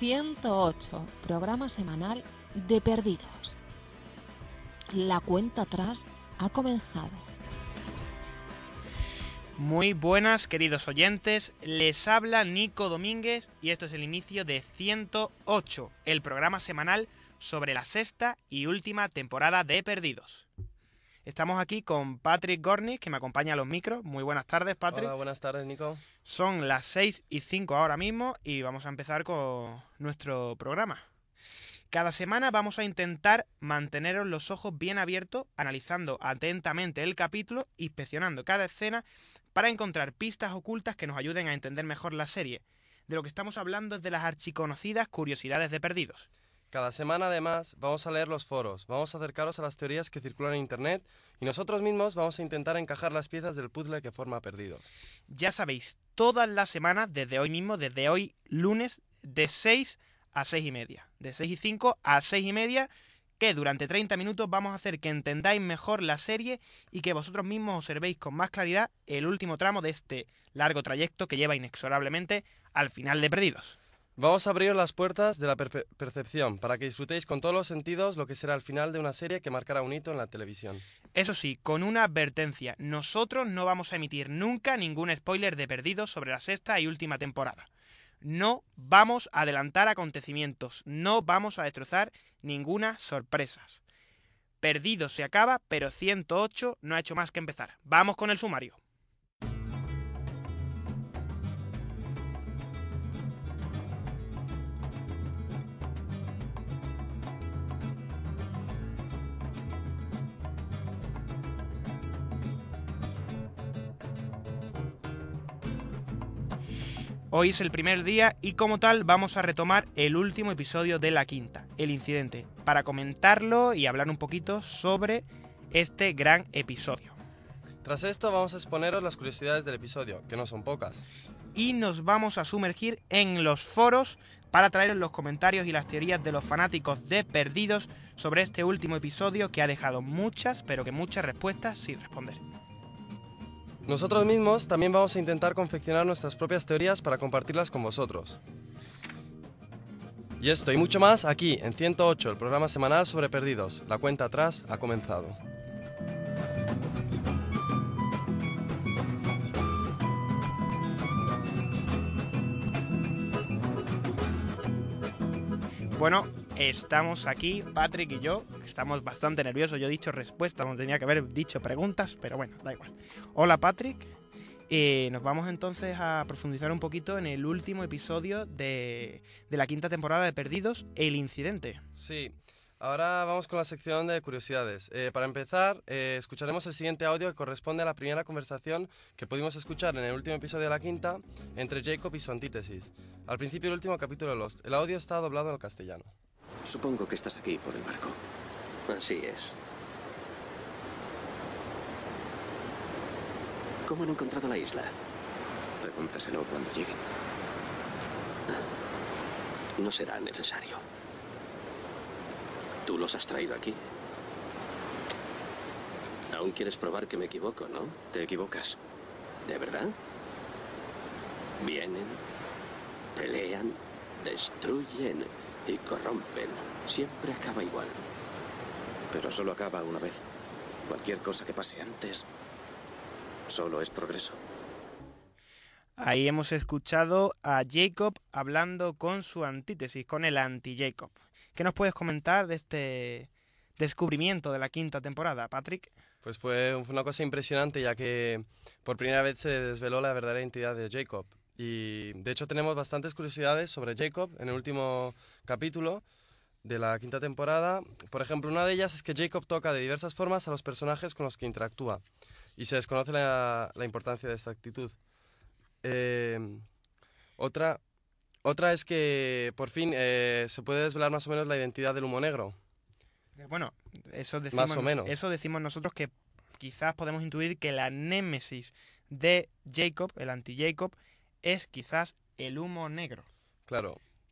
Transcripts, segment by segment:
108, programa semanal de Perdidos. La cuenta atrás ha comenzado. Muy buenas, queridos oyentes, les habla Nico Domínguez y esto es el inicio de 108, el programa semanal sobre la sexta y última temporada de Perdidos. Estamos aquí con Patrick Gornick, que me acompaña a los micros. Muy buenas tardes, Patrick. Hola, buenas tardes, Nico. Son las 6:05 ahora mismo y vamos a empezar con nuestro programa. Cada semana vamos a intentar manteneros los ojos bien abiertos, analizando atentamente el capítulo, inspeccionando cada escena para encontrar pistas ocultas que nos ayuden a entender mejor la serie. De lo que estamos hablando es de las archiconocidas curiosidades de Perdidos. Cada semana, además, vamos a leer los foros, vamos a acercaros a las teorías que circulan en Internet y nosotros mismos vamos a intentar encajar las piezas del puzzle que forma Perdidos. Ya sabéis, todas las semanas, desde hoy mismo, desde hoy lunes, de 6 a 6:30. De 6:05 a 6:30, que durante 30 minutos vamos a hacer que entendáis mejor la serie y que vosotros mismos observéis con más claridad el último tramo de este largo trayecto que lleva inexorablemente al final de Perdidos. Vamos a abrir las puertas de la percepción para que disfrutéis con todos los sentidos lo que será el final de una serie que marcará un hito en la televisión. Eso sí, con una advertencia, nosotros no vamos a emitir nunca ningún spoiler de Perdidos sobre la sexta y última temporada. No vamos a adelantar acontecimientos, no vamos a destrozar ninguna sorpresa. Perdidos se acaba, pero 108 no ha hecho más que empezar. Vamos con el sumario. Hoy es el primer día y como tal vamos a retomar el último episodio de la quinta, El Incidente, para comentarlo y hablar un poquito sobre este gran episodio. Tras esto vamos a exponeros las curiosidades del episodio, que no son pocas. Y nos vamos a sumergir en los foros para traer los comentarios y las teorías de los fanáticos de Perdidos sobre este último episodio que ha dejado muchas, pero que muchas respuestas sin responder. Nosotros mismos también vamos a intentar confeccionar nuestras propias teorías para compartirlas con vosotros. Y esto y mucho más aquí en 108, el programa semanal sobre Perdidos. La cuenta atrás ha comenzado. Bueno, estamos aquí, Patrick y yo, estamos bastante nerviosos. Yo he dicho respuestas, no tenía que haber dicho preguntas, pero bueno, da igual. Hola, Patrick. Nos vamos entonces a profundizar un poquito en el último episodio de la quinta temporada de Perdidos, El Incidente. Sí, ahora vamos con la sección de curiosidades. Para empezar, escucharemos el siguiente audio que corresponde a la primera conversación que pudimos escuchar en el último episodio de la quinta entre Jacob y su antítesis, al principio del último capítulo de Lost. El audio está doblado al castellano. Supongo que estás aquí por el barco. Así es. ¿Cómo han encontrado la isla? Pregúntaselo cuando lleguen. No será necesario. Tú los has traído aquí. Aún quieres probar que me equivoco, ¿no? Te equivocas. ¿De verdad? Vienen, pelean, destruyen y corrompen. Siempre acaba igual. Pero solo acaba una vez. Cualquier cosa que pase antes solo es progreso. Ahí hemos escuchado a Jacob hablando con su antítesis, con el anti-Jacob. ¿Qué nos puedes comentar de este descubrimiento de la quinta temporada, Patrick? Pues fue una cosa impresionante, ya que por primera vez se desveló la verdadera identidad de Jacob. Y de hecho tenemos bastantes curiosidades sobre Jacob en el último capítulo de la quinta temporada. Por ejemplo, una de ellas es que Jacob toca de diversas formas a los personajes con los que interactúa y se desconoce la importancia de esta actitud. Otra es que por fin se puede desvelar más o menos la identidad del humo negro. Bueno, eso decimos, Más o menos. Eso decimos nosotros, que quizás podemos intuir que la némesis de Jacob, el anti-Jacob, es quizás el humo negro. Claro.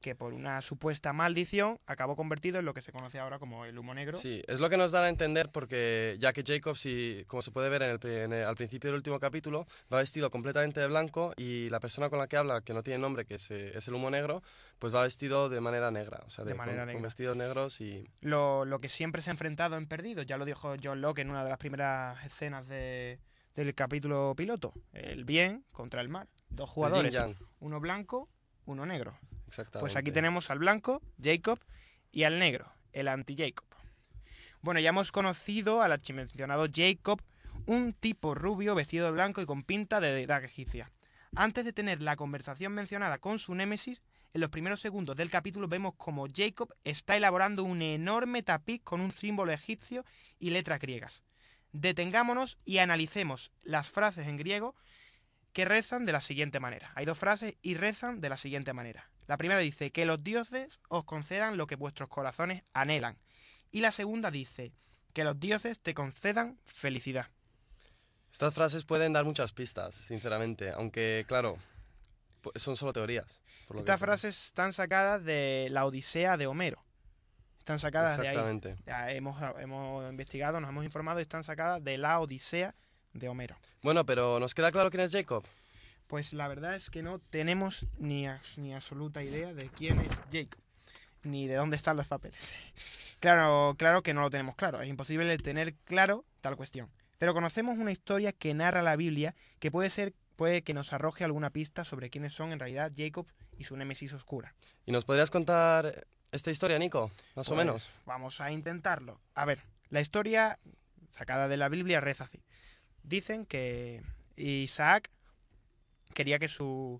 que por una supuesta maldición acabó convertido en lo que se conoce ahora como el humo negro. Sí, es lo que nos dan a entender porque ya que Jacob, como se puede ver al principio del último capítulo, va vestido completamente de blanco y la persona con la que habla, que no tiene nombre, que es el humo negro, pues va vestido de manera negra, o sea, con vestidos negros y... Lo que siempre se ha enfrentado en Perdidos, ya lo dijo John Locke en una de las primeras escenas del capítulo piloto, el bien contra el mal, dos jugadores, uno blanco, uno negro. Pues aquí tenemos al blanco, Jacob, y al negro, el anti-Jacob. Bueno, ya hemos conocido al archimencionado Jacob, un tipo rubio vestido de blanco y con pinta de deidad egipcia. Antes de tener la conversación mencionada con su némesis, en los primeros segundos del capítulo vemos como Jacob está elaborando un enorme tapiz con un símbolo egipcio y letras griegas. Detengámonos y analicemos las frases en griego que rezan de la siguiente manera. Hay dos frases y rezan de la siguiente manera. La primera dice, que los dioses os concedan lo que vuestros corazones anhelan. Y la segunda dice, que los dioses te concedan felicidad. Estas frases pueden dar muchas pistas, sinceramente, aunque, claro, son solo teorías. Estas frases están sacadas de la Odisea de Homero. Están sacadas de ahí. Exactamente. Hemos investigado, nos hemos informado y están sacadas de la Odisea de Homero. Bueno, pero ¿nos queda claro quién es Jacob? Pues la verdad es que no tenemos ni absoluta idea de quién es Jacob, ni de dónde están los papeles. Claro que no lo tenemos claro, es imposible tener claro tal cuestión. Pero conocemos una historia que narra la Biblia que puede que nos arroje alguna pista sobre quiénes son en realidad Jacob y su némesis oscura. ¿Y nos podrías contar esta historia, Nico? Más o menos. Vamos a intentarlo. A ver, la historia sacada de la Biblia reza así. Dicen que Isaac quería que su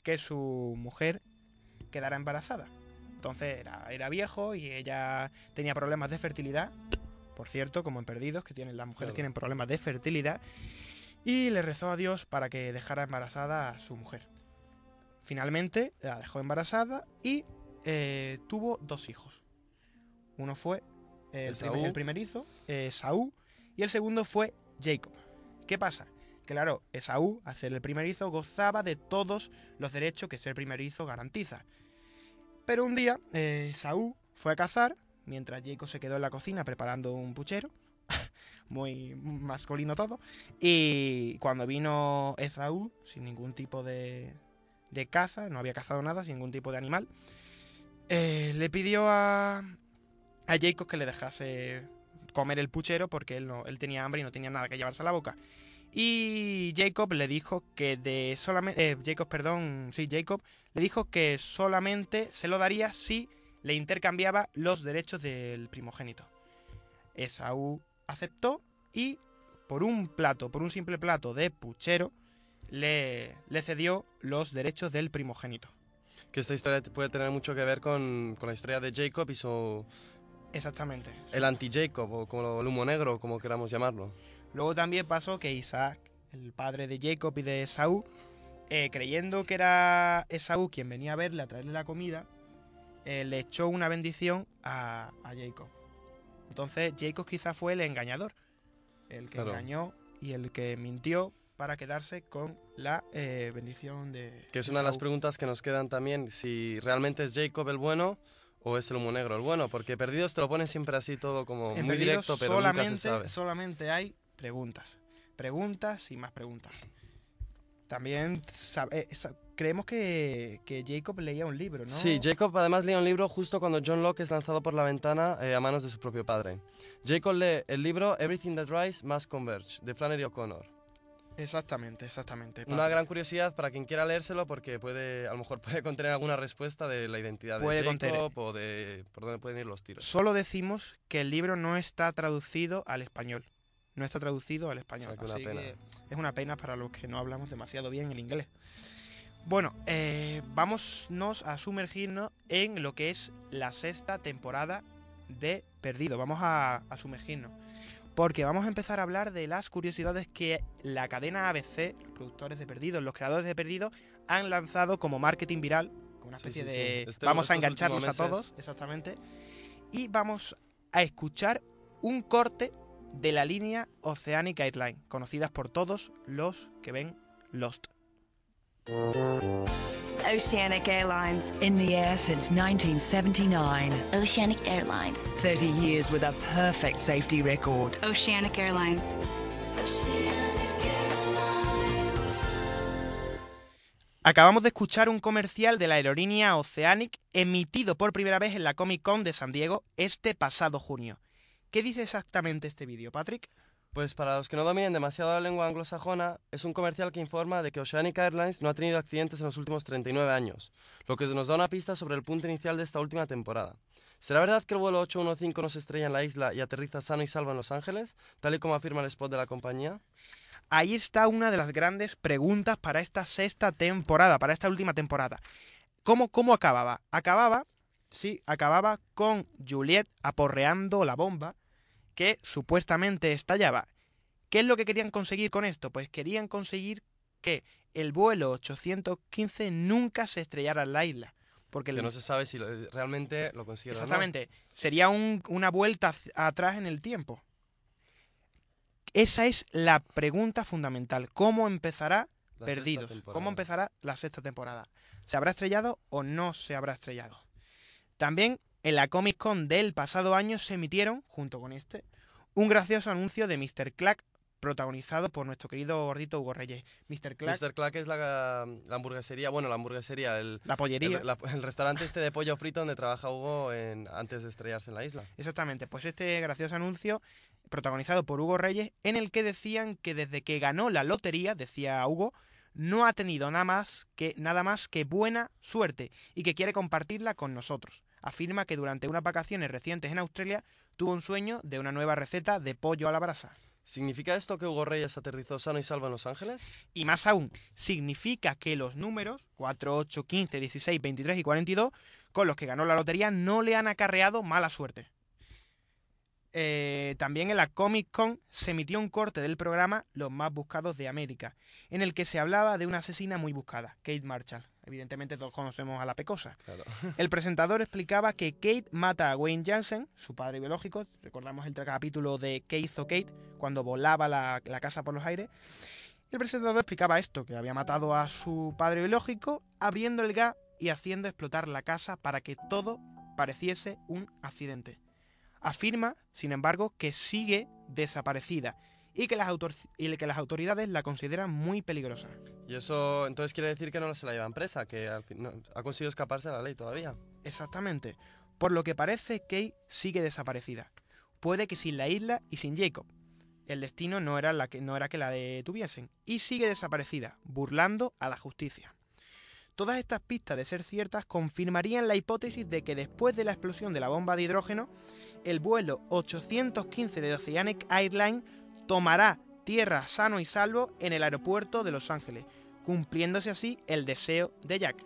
mujer quedara embarazada. Entonces era viejo y ella tenía problemas de fertilidad. Por cierto, como en Perdidos, que las mujeres tienen problemas de fertilidad. Y le rezó a Dios para que dejara embarazada a su mujer. Finalmente la dejó embarazada y tuvo 2 hijos. Uno fue el primerizo, Esaú, y el segundo fue Jacob. ¿Qué pasa? Claro, Esaú, al ser el primerizo, gozaba de todos los derechos que ser primerizo garantiza. Pero un día, Esaú fue a cazar, mientras Jacob se quedó en la cocina preparando un puchero, muy masculino todo, y cuando vino Esaú, sin ningún tipo de caza, no había cazado nada, sin ningún tipo de animal, le pidió a Jacob que le dejase comer el puchero porque él tenía hambre y no tenía nada que llevarse a la boca. Y Jacob le dijo que Jacob le dijo que solamente se lo daría si le intercambiaba los derechos del primogénito. Esaú aceptó y por un simple plato de puchero, le cedió los derechos del primogénito. Que esta historia puede tener mucho que ver con la historia de Jacob y su... Exactamente. El anti-Jacob, o como el humo negro, como queramos llamarlo. Luego también pasó que Isaac, el padre de Jacob y de Esaú, creyendo que era Esaú quien venía a verle, a traerle la comida, le echó una bendición a Jacob. Entonces Jacob quizá fue el engañador, el que engañó y el que mintió para quedarse con la bendición de Que es una de las preguntas que nos quedan también, si realmente es Jacob el bueno o es el humo negro el bueno, porque Perdidos te lo ponen siempre así todo como muy directo, pero nunca se sabe. Solamente hay preguntas y más preguntas. También creemos que Jacob leía un libro, ¿no? Sí, Jacob además leía un libro justo cuando John Locke es lanzado por la ventana a manos de su propio padre. Jacob lee el libro Everything That Rise Must Converge, de Flannery O'Connor. Exactamente. Una gran curiosidad para quien quiera leérselo porque a lo mejor puede contener alguna respuesta de la identidad de Jacob o de por dónde pueden ir los tiros. Solo decimos que el libro no está traducido al español. O sea, así que es una pena para los que no hablamos demasiado bien el inglés. Bueno, vámonos a sumergirnos en lo que es la 6ª temporada de Perdido. Vamos a sumergirnos. Porque vamos a empezar a hablar de las curiosidades que la cadena ABC, los productores de Perdidos, los creadores de Perdidos, han lanzado como marketing viral, como una especie de... vamos a engancharnos a todos, exactamente. Y vamos a escuchar un corte de la línea Oceanic Airlines, conocidas por todos los que ven Lost. Oceanic Airlines. In the air since 1979. Oceanic Airlines. 30 years with a perfect safety record. Oceanic Airlines. Acabamos de escuchar un comercial de la aerolínea Oceanic emitido por primera vez en la Comic Con de San Diego este pasado junio. ¿Qué dice exactamente este vídeo, Patrick? Pues para los que no dominen demasiado la lengua anglosajona, es un comercial que informa de que Oceanic Airlines no ha tenido accidentes en los últimos 39 años, lo que nos da una pista sobre el punto inicial de esta última temporada. ¿Será verdad que el vuelo 815 no se estrella en la isla y aterriza sano y salvo en Los Ángeles, tal y como afirma el spot de la compañía? Ahí está una de las grandes preguntas para esta sexta temporada, para esta última temporada. ¿Cómo acababa? Acababa con Juliet aporreando la bomba que supuestamente estallaba. ¿Qué es lo que querían conseguir con esto? Pues querían conseguir que el vuelo 815 nunca se estrellara en la isla. Porque no se sabe si realmente lo consiguieron. Exactamente. ¿No? Sería una vuelta atrás en el tiempo. Esa es la pregunta fundamental. ¿Cómo empezará Perdidos? ¿Cómo empezará la sexta temporada? ¿Se habrá estrellado o no se habrá estrellado? También en la Comic Con del pasado año se emitieron, junto con un gracioso anuncio de Mr. Clack, protagonizado por nuestro querido gordito Hugo Reyes. Mr. Clack es la hamburguesería, la pollería. El restaurante de pollo frito donde trabaja Hugo antes de estrellarse en la isla. Exactamente, pues este gracioso anuncio, protagonizado por Hugo Reyes, en el que decían que desde que ganó la lotería, decía Hugo, no ha tenido nada más que buena suerte y que quiere compartirla con nosotros. Afirma que durante unas vacaciones recientes en Australia tuvo un sueño de una nueva receta de pollo a la brasa. ¿Significa esto que Hugo Reyes aterrizó sano y salvo en Los Ángeles? Y más aún, significa que los números 4, 8, 15, 16, 23 y 42, con los que ganó la lotería, no le han acarreado mala suerte. También en la Comic Con se emitió un corte del programa Los más buscados de América, en el que se hablaba de una asesina muy buscada, Kate Marshall. Evidentemente todos conocemos a la pecosa. Claro. El presentador explicaba que Kate mata a Wayne Jansen, su padre biológico. Recordamos el capítulo de ¿Qué hizo Kate? Cuando volaba la casa por los aires. El presentador explicaba esto, que había matado a su padre biológico, abriendo el gas y haciendo explotar la casa para que todo pareciese un accidente. Afirma, sin embargo, que sigue desaparecida y que las autoridades la consideran muy peligrosa. Y eso entonces quiere decir que no se la llevan presa, que al fin, no, ha conseguido escaparse de la ley todavía. Exactamente. Por lo que parece, Kate sigue desaparecida. Puede que sin la isla y sin Jacob. El destino no era que la detuviesen. Y sigue desaparecida, burlando a la justicia. Todas estas pistas, de ser ciertas, confirmarían la hipótesis de que después de la explosión de la bomba de hidrógeno, el vuelo 815 de Oceanic Airlines tomará tierra sano y salvo en el aeropuerto de Los Ángeles, cumpliéndose así el deseo de Jack.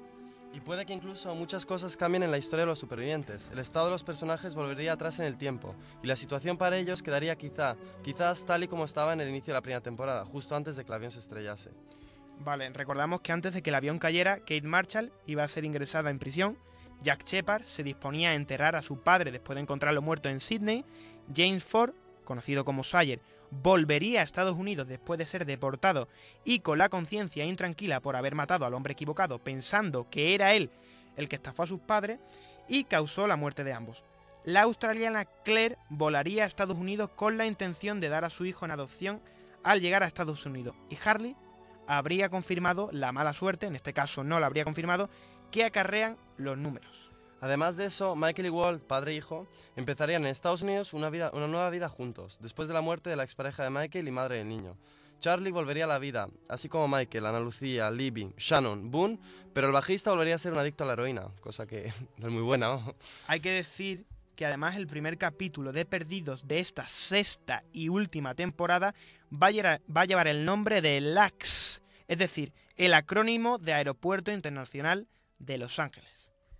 Y puede que incluso muchas cosas cambien en la historia de los supervivientes. El estado de los personajes volvería atrás en el tiempo, y la situación para ellos quedaría quizás tal y como estaba en el inicio de la primera temporada, justo antes de que el avión se estrellase. Vale, recordamos que antes de que el avión cayera, Kate Marshall iba a ser ingresada en prisión, Jack Shepard se disponía a enterrar a su padre después de encontrarlo muerto en Sydney, James Ford, conocido como Sawyer, volvería a Estados Unidos después de ser deportado y con la conciencia intranquila por haber matado al hombre equivocado pensando que era él el que estafó a sus padres y causó la muerte de ambos. La australiana Claire volaría a Estados Unidos con la intención de dar a su hijo en adopción al llegar a Estados Unidos y Harley habría confirmado la mala suerte, en este caso no la habría confirmado, que acarrean los números. Además de eso, Michael y Walt, padre e hijo, empezarían en Estados Unidos una nueva vida juntos, después de la muerte de la expareja de Michael y madre del niño. Charlie volvería a la vida, así como Michael, Ana Lucía, Libby, Shannon, Boone, pero el bajista volvería a ser un adicto a la heroína, cosa que no es muy buena, ¿no? Hay que decir que además el primer capítulo de Perdidos de esta sexta y última temporada va a llevar el nombre de LAX, es decir, el acrónimo de Aeropuerto Internacional de Los Ángeles.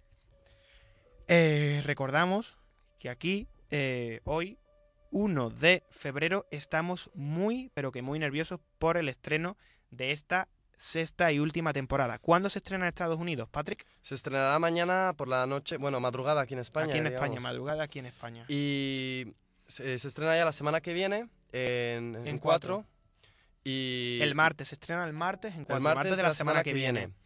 Recordamos que aquí, hoy, 1 de febrero, estamos muy, pero que muy nerviosos por el estreno de esta sexta y última temporada. ¿Cuándo se estrena en Estados Unidos, Patrick? Se estrenará mañana por la noche, madrugada aquí en España. Aquí en España, madrugada aquí en España. Y se estrena ya la semana que viene, en 4. Y el martes, se estrena el martes, en 4, el martes de la semana que viene.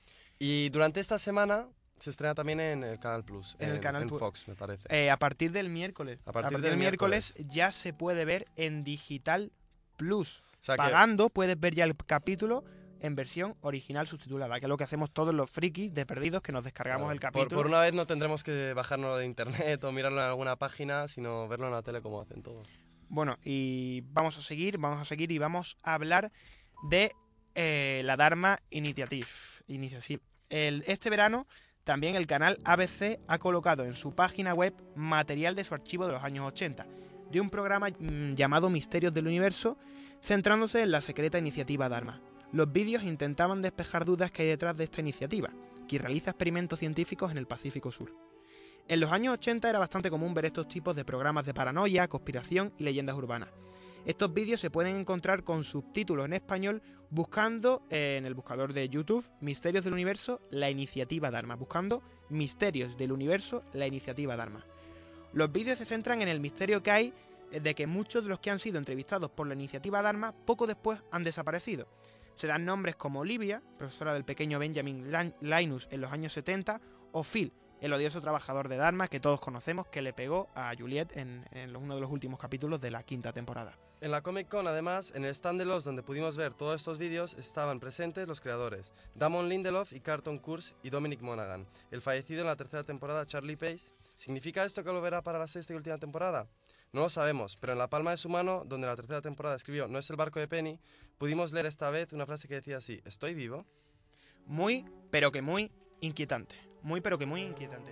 Y durante esta semana se estrena también en el Canal Plus, En el Canal Plus. Fox, me parece. A partir del miércoles. A partir del del miércoles ya se puede ver en Digital Plus. O sea que- Pagando puedes ver ya el capítulo en versión original subtitulada, que es lo que hacemos todos los frikis de Perdidos, que nos descargamos el capítulo. Por una vez no tendremos que bajarnos de internet o mirarlo en alguna página, sino verlo en la tele como hacen todos. Bueno, y vamos a seguir y vamos a hablar de la Dharma Initiative. Este verano también el canal ABC ha colocado en su página web material de su archivo de los años 80, de un programa llamado Misterios del Universo, centrándose en la secreta iniciativa Dharma. Los vídeos intentaban despejar dudas que hay detrás de esta iniciativa, que realiza experimentos científicos en el Pacífico Sur. En los años 80 era bastante común ver estos tipos de programas de paranoia, conspiración y leyendas urbanas. Estos vídeos se pueden encontrar con subtítulos en español buscando en el buscador de YouTube Misterios del Universo, la iniciativa Dharma, buscando Misterios del Universo, la iniciativa Dharma. Los vídeos se centran en el misterio que hay de que muchos de los que han sido entrevistados por la iniciativa Dharma poco después han desaparecido. Se dan nombres como Olivia, profesora del pequeño Benjamin Linus en los años 70, o Phil, el odioso trabajador de Dharma que todos conocemos, que le pegó a Juliet en uno de los últimos capítulos de la 5ª temporada. En la Comic Con, además, en el stand de los donde pudimos ver todos estos vídeos, estaban presentes los creadores, Damon Lindelof y Carlton Cuse y Dominic Monaghan. El fallecido en la 3ª temporada, Charlie Pace. ¿Significa esto que lo verá para la 6ª y última temporada? No lo sabemos, pero en la palma de su mano, donde la 3ª temporada escribió "No es el barco de Penny", pudimos leer esta vez una frase que decía así: "¿Estoy vivo?". Muy, pero que muy inquietante. Muy, pero que muy inquietante.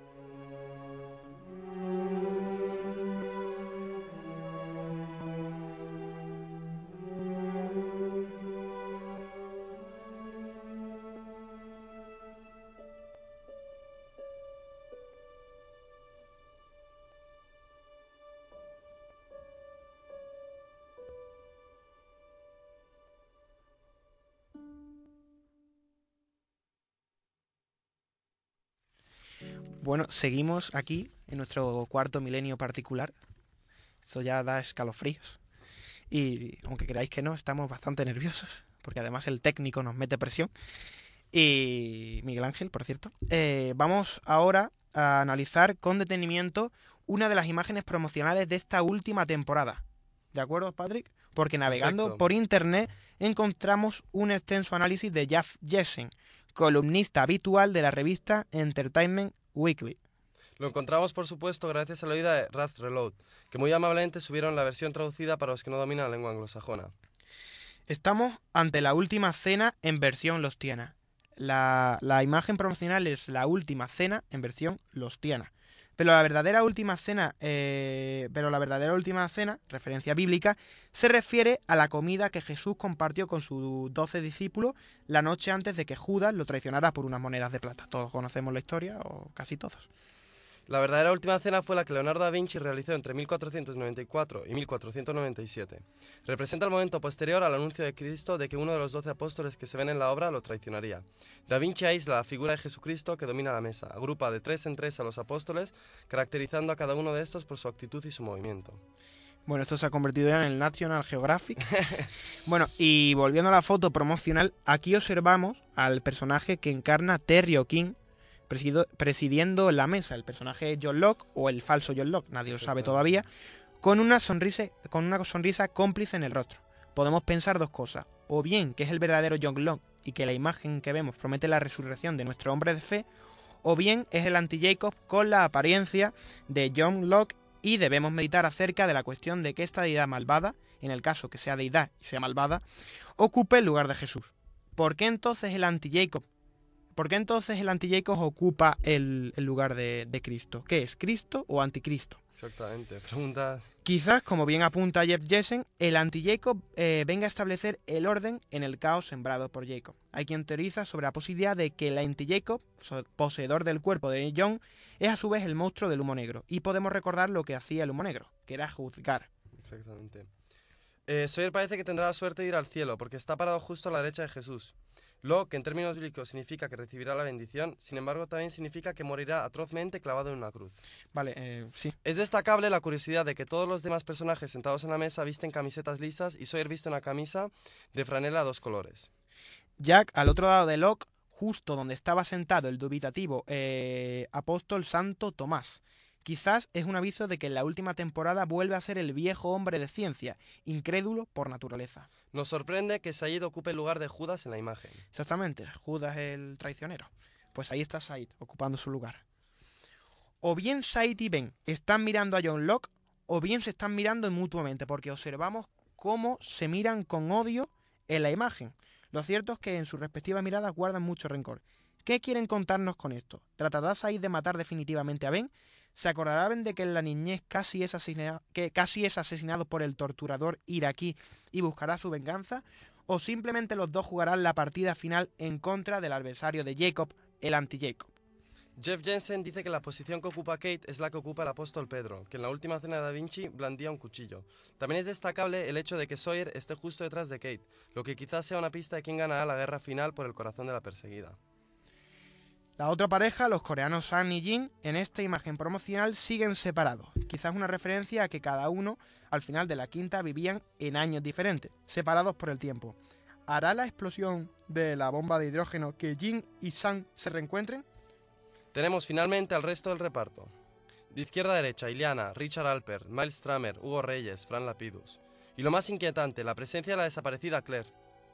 Bueno, seguimos aquí en nuestro cuarto milenio particular. Esto ya da escalofríos. Y aunque creáis que no, estamos bastante nerviosos, porque además el técnico nos mete presión. Y Miguel Ángel, por cierto. Vamos ahora a analizar con detenimiento una de las imágenes promocionales de esta última temporada. ¿De acuerdo, Patrick? Porque navegando Perfecto. por internet encontramos un extenso análisis de Jeff Jessen, columnista habitual de la revista Entertainment Weekly. Lo encontramos, por supuesto, gracias a la ayuda de Raft Reload, que muy amablemente subieron la versión traducida para los que no dominan la lengua anglosajona. Estamos ante la última cena en versión lostiana. La imagen promocional es la última cena en versión lostiana. Pero la verdadera última cena, referencia bíblica, se refiere a la comida que Jesús compartió con sus 12 discípulos la noche antes de que Judas lo traicionara por unas monedas de plata. Todos conocemos la historia, o casi todos. La verdadera última cena fue la que Leonardo da Vinci realizó entre 1494 y 1497. Representa el momento posterior al anuncio de Cristo de que uno de los 12 apóstoles que se ven en la obra lo traicionaría. Da Vinci aísla la figura de Jesucristo que domina la mesa, agrupa de 3 en 3 a los apóstoles, caracterizando a cada uno de estos por su actitud y su movimiento. Bueno, esto se ha convertido ya en el National Geographic. Bueno, y volviendo a la foto promocional, aquí observamos al personaje que encarna Terry O'Quinn presidiendo la mesa, el personaje John Locke o el falso John Locke, nadie lo sabe todavía, con una sonrisa cómplice en el rostro. Podemos pensar dos cosas: o bien que es el verdadero John Locke y que la imagen que vemos promete la resurrección de nuestro hombre de fe, o bien es el anti-Jacob con la apariencia de John Locke, y debemos meditar acerca de la cuestión de que esta deidad malvada, en el caso que sea deidad y sea malvada, ocupe el lugar de Jesús. ¿Por qué entonces el anti-Jacob ocupa el lugar de Cristo? ¿Qué es, Cristo o anticristo? Exactamente, preguntas... Quizás, como bien apunta Jeff Jessen, el anti-Jacob venga a establecer el orden en el caos sembrado por Jacob. Hay quien teoriza sobre la posibilidad de que el anti-Jacob, poseedor del cuerpo de John, es a su vez el monstruo del humo negro. Y podemos recordar lo que hacía el humo negro, que era juzgar. Exactamente. Sawyer parece que tendrá la suerte de ir al cielo, porque está parado justo a la derecha de Jesús. Lo que en términos bíblicos significa que recibirá la bendición, sin embargo también significa que morirá atrozmente clavado en una cruz. Vale, sí. Es destacable la curiosidad de que todos los demás personajes sentados en la mesa visten camisetas lisas y Sawyer viste una camisa de franela a 2 colores. Jack, al otro lado de Locke, justo donde estaba sentado el dubitativo apóstol Santo Tomás. Quizás es un aviso de que en la última temporada vuelve a ser el viejo hombre de ciencia, incrédulo por naturaleza. Nos sorprende que Said ocupe el lugar de Judas en la imagen. Exactamente, Judas el traicionero. Pues ahí está Said, ocupando su lugar. O bien Said y Ben están mirando a John Locke, o bien se están mirando mutuamente, porque observamos cómo se miran con odio en la imagen. Lo cierto es que en sus respectivas miradas guardan mucho rencor. ¿Qué quieren contarnos con esto? ¿Tratará Said de matar definitivamente a Ben? ¿Se acordará Ben de que en la niñez casi es asesinado por el torturador iraquí y buscará su venganza? ¿O simplemente los dos jugarán la partida final en contra del adversario de Jacob, el anti-Jacob? Jeff Jensen dice que la posición que ocupa Kate es la que ocupa el apóstol Pedro, que en la última cena de Da Vinci blandía un cuchillo. También es destacable el hecho de que Sawyer esté justo detrás de Kate, lo que quizás sea una pista de quién ganará la guerra final por el corazón de la perseguida. La otra pareja, los coreanos Sun y Jin, en esta imagen promocional siguen separados. Quizás una referencia a que cada uno, al final de la quinta, vivían en años diferentes, separados por el tiempo. ¿Hará la explosión de la bomba de hidrógeno que Jin y Sun se reencuentren? Tenemos finalmente al resto del reparto. De izquierda a derecha, Iliana, Richard Alpert, Miles Stramer, Hugo Reyes, Fran Lapidus. Y lo más inquietante, la presencia de la desaparecida Claire.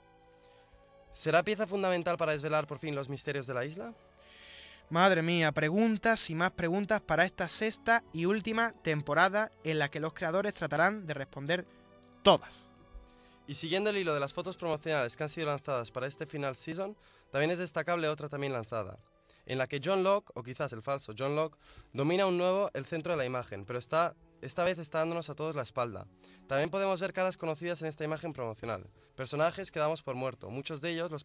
¿Será pieza fundamental para desvelar por fin los misterios de la isla? Madre mía, preguntas y más preguntas para esta sexta y última temporada en la que los creadores tratarán de responder todas. Y siguiendo el hilo de las fotos promocionales que han sido lanzadas para este final season, también es destacable otra también lanzada, en la que John Locke, o quizás el falso John Locke, domina un nuevo el centro de la imagen, pero esta vez está dándonos a todos la espalda. También podemos ver caras conocidas en esta imagen promocional, personajes que damos por muerto, muchos de ellos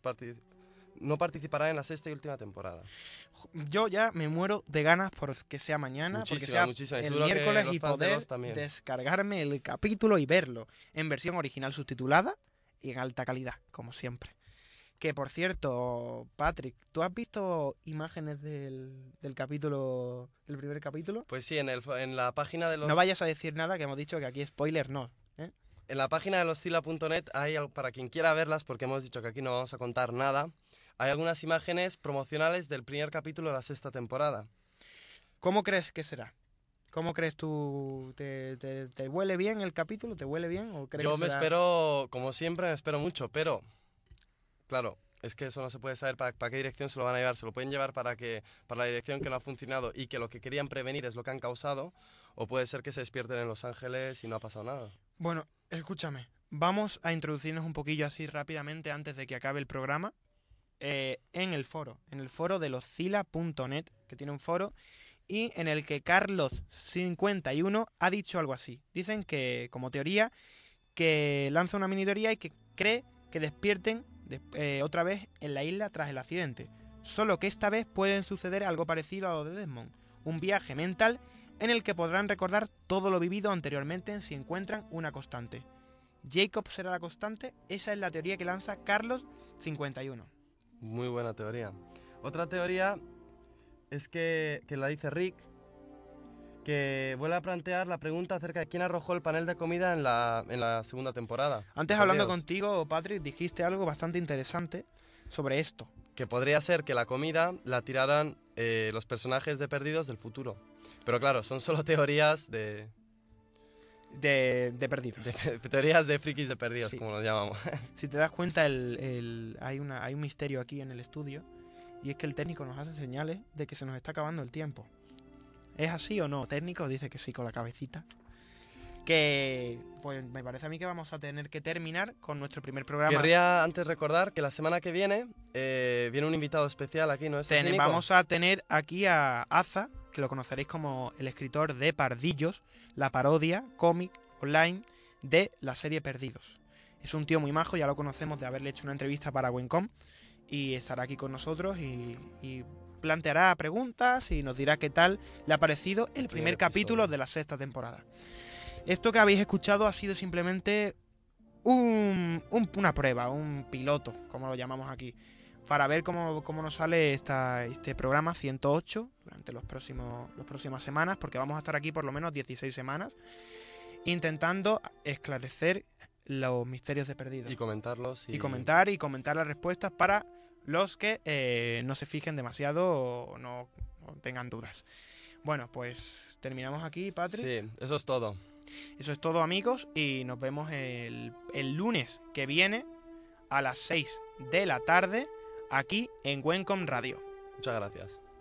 no participarán en la sexta y última temporada. Yo ya me muero de ganas por que sea mañana, porque sea el miércoles y poder descargarme el capítulo y verlo en versión original subtitulada y en alta calidad, como siempre. Que por cierto, Patrick, ¿tú has visto imágenes del capítulo, del primer capítulo? Pues sí, en la página de los... No vayas a decir nada, que hemos dicho que aquí spoiler no, ¿eh? En la página de loscila.net hay, para quien quiera verlas, porque hemos dicho que aquí no vamos a contar nada, hay algunas imágenes promocionales del primer capítulo de la sexta temporada. ¿Cómo crees que será? ¿Cómo crees tú? ¿Te huele bien el capítulo? ¿Te huele bien? ¿O crees Yo que me será... espero, como siempre, me espero mucho, pero... Claro, es que eso no se puede saber para qué dirección se lo van a llevar. Se lo pueden llevar para la dirección que no ha funcionado y que lo que querían prevenir es lo que han causado, o puede ser que se despierten en Los Ángeles y no ha pasado nada. Bueno, escúchame. Vamos a introducirnos un poquillo así rápidamente antes de que acabe el programa en el foro de loscila.net, que tiene un foro, y en el que Carlos51 ha dicho algo así. Dicen que, como teoría, que lanza una mini teoría y que cree que despierten otra vez en la isla tras el accidente. Solo que esta vez pueden suceder algo parecido a lo de Desmond. Un viaje mental en el que podrán recordar todo lo vivido anteriormente si encuentran una constante. ¿Jacob será la constante? Esa es la teoría que lanza Carlos51. Muy buena teoría. Otra teoría es que la dice Rick, que vuelve a plantear la pregunta acerca de quién arrojó el panel de comida en la segunda temporada. Antes, hablando contigo, Patrick, dijiste algo bastante interesante sobre esto. Que podría ser que la comida la tiraran los personajes de Perdidos del futuro. Pero claro, son solo teorías de Perdidos. Teorías de frikis de Perdidos, Sí. como los llamamos. Si te das cuenta, hay un misterio aquí en el estudio, y es que el técnico nos hace señales de que se nos está acabando el tiempo. ¿Es así o no? Técnico dice que sí con la cabecita. Que pues me parece a mí que vamos a tener que terminar con nuestro primer programa. Querría antes recordar que la semana que viene viene un invitado especial aquí, ¿no es así, Nico? Vamos a tener aquí a Aza, que lo conoceréis como el escritor de Pardillos, la parodia cómic online de la serie Perdidos. Es un tío muy majo, ya lo conocemos de haberle hecho una entrevista para Wencom, y estará aquí con nosotros y planteará preguntas y nos dirá qué tal le ha parecido el primer capítulo de la sexta temporada. Esto que habéis escuchado ha sido simplemente una prueba, un piloto, como lo llamamos aquí, para ver cómo nos sale este programa 108 durante las próximas semanas, porque vamos a estar aquí por lo menos 16 semanas, intentando esclarecer los misterios de Perdidos. Y comentarlos. Y comentar las respuestas para los que no se fijen demasiado o no tengan dudas. Bueno, pues terminamos aquí, Patrick. Sí, eso es todo. Eso es todo, amigos, y nos vemos el lunes que viene a las 6 de la tarde aquí en Wencom Radio. Muchas gracias.